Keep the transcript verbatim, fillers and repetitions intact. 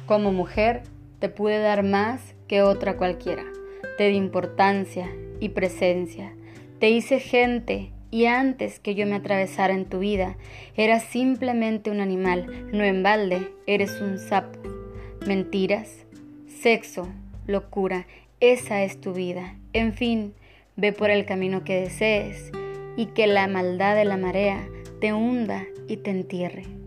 Como mujer, te pude dar más que otra cualquiera. Te di importancia y presencia. Te hice gente y antes que yo me atravesara en tu vida, eras simplemente un animal. No en balde, eres un sapo. Mentiras, sexo, locura, esa es tu vida. En fin, ve por el camino que desees y que la maldad de la marea te hunda y te entierre.